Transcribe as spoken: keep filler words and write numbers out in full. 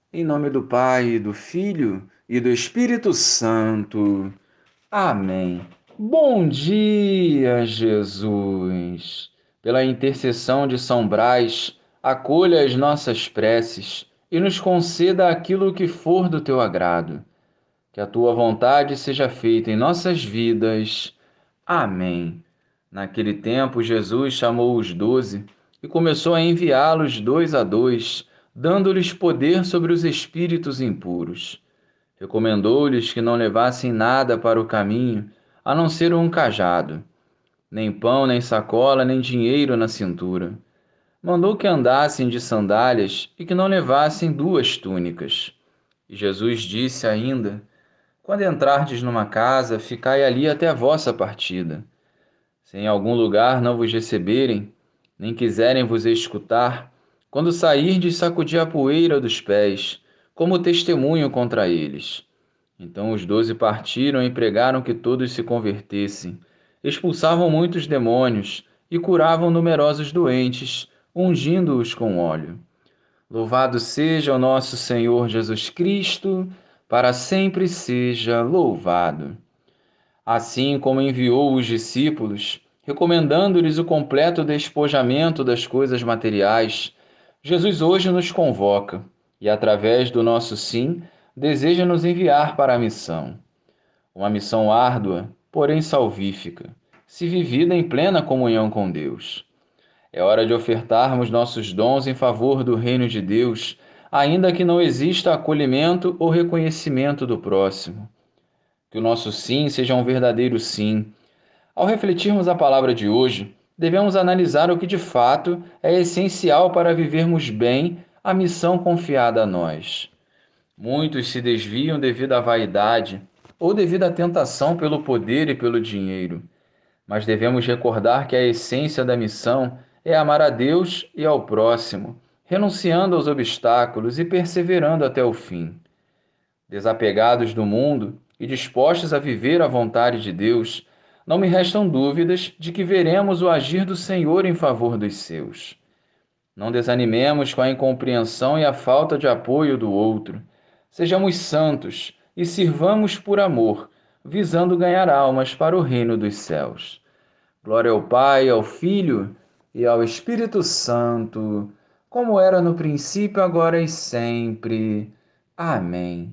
Em nome do Pai, do Filho e do Espírito Santo. Amém. Bom dia, Jesus. Pela intercessão de São Brás, acolha as nossas preces e nos conceda aquilo que for do teu agrado. Que a tua vontade seja feita em nossas vidas. Amém. Naquele tempo, Jesus chamou os doze e começou a enviá-los dois a dois, dando-lhes poder sobre os espíritos impuros. Recomendou-lhes que não levassem nada para o caminho, a não ser um cajado, nem pão, nem sacola, nem dinheiro na cintura. Mandou que andassem de sandálias e que não levassem duas túnicas. E Jesus disse ainda: Quando entrardes numa casa, ficai ali até a vossa partida. Se em algum lugar não vos receberem, nem quiserem vos escutar, quando sairdes, sacudi a poeira dos pés, como testemunho contra eles. Então os doze partiram e pregaram que todos se convertessem. Expulsavam muitos demônios e curavam numerosos doentes, ungindo-os com óleo. Louvado seja o nosso Senhor Jesus Cristo, para sempre seja louvado. Assim como enviou os discípulos, recomendando-lhes o completo despojamento das coisas materiais, Jesus hoje nos convoca e, através do nosso sim, deseja nos enviar para a missão. Uma missão árdua, porém salvífica, se vivida em plena comunhão com Deus. É hora de ofertarmos nossos dons em favor do reino de Deus, ainda que não exista acolhimento ou reconhecimento do próximo. Que o nosso sim seja um verdadeiro sim. Ao refletirmos a palavra de hoje, devemos analisar o que de fato é essencial para vivermos bem a missão confiada a nós. Muitos se desviam devido à vaidade ou devido à tentação pelo poder e pelo dinheiro, mas devemos recordar que a essência da missão é amar a Deus e ao próximo, renunciando aos obstáculos e perseverando até o fim. Desapegados do mundo e dispostos a viver a vontade de Deus, não me restam dúvidas de que veremos o agir do Senhor em favor dos seus. Não desanimemos com a incompreensão e a falta de apoio do outro. Sejamos santos e sirvamos por amor, visando ganhar almas para o reino dos céus. Glória ao Pai, ao Filho e ao Espírito Santo, como era no princípio, agora e sempre. Amém.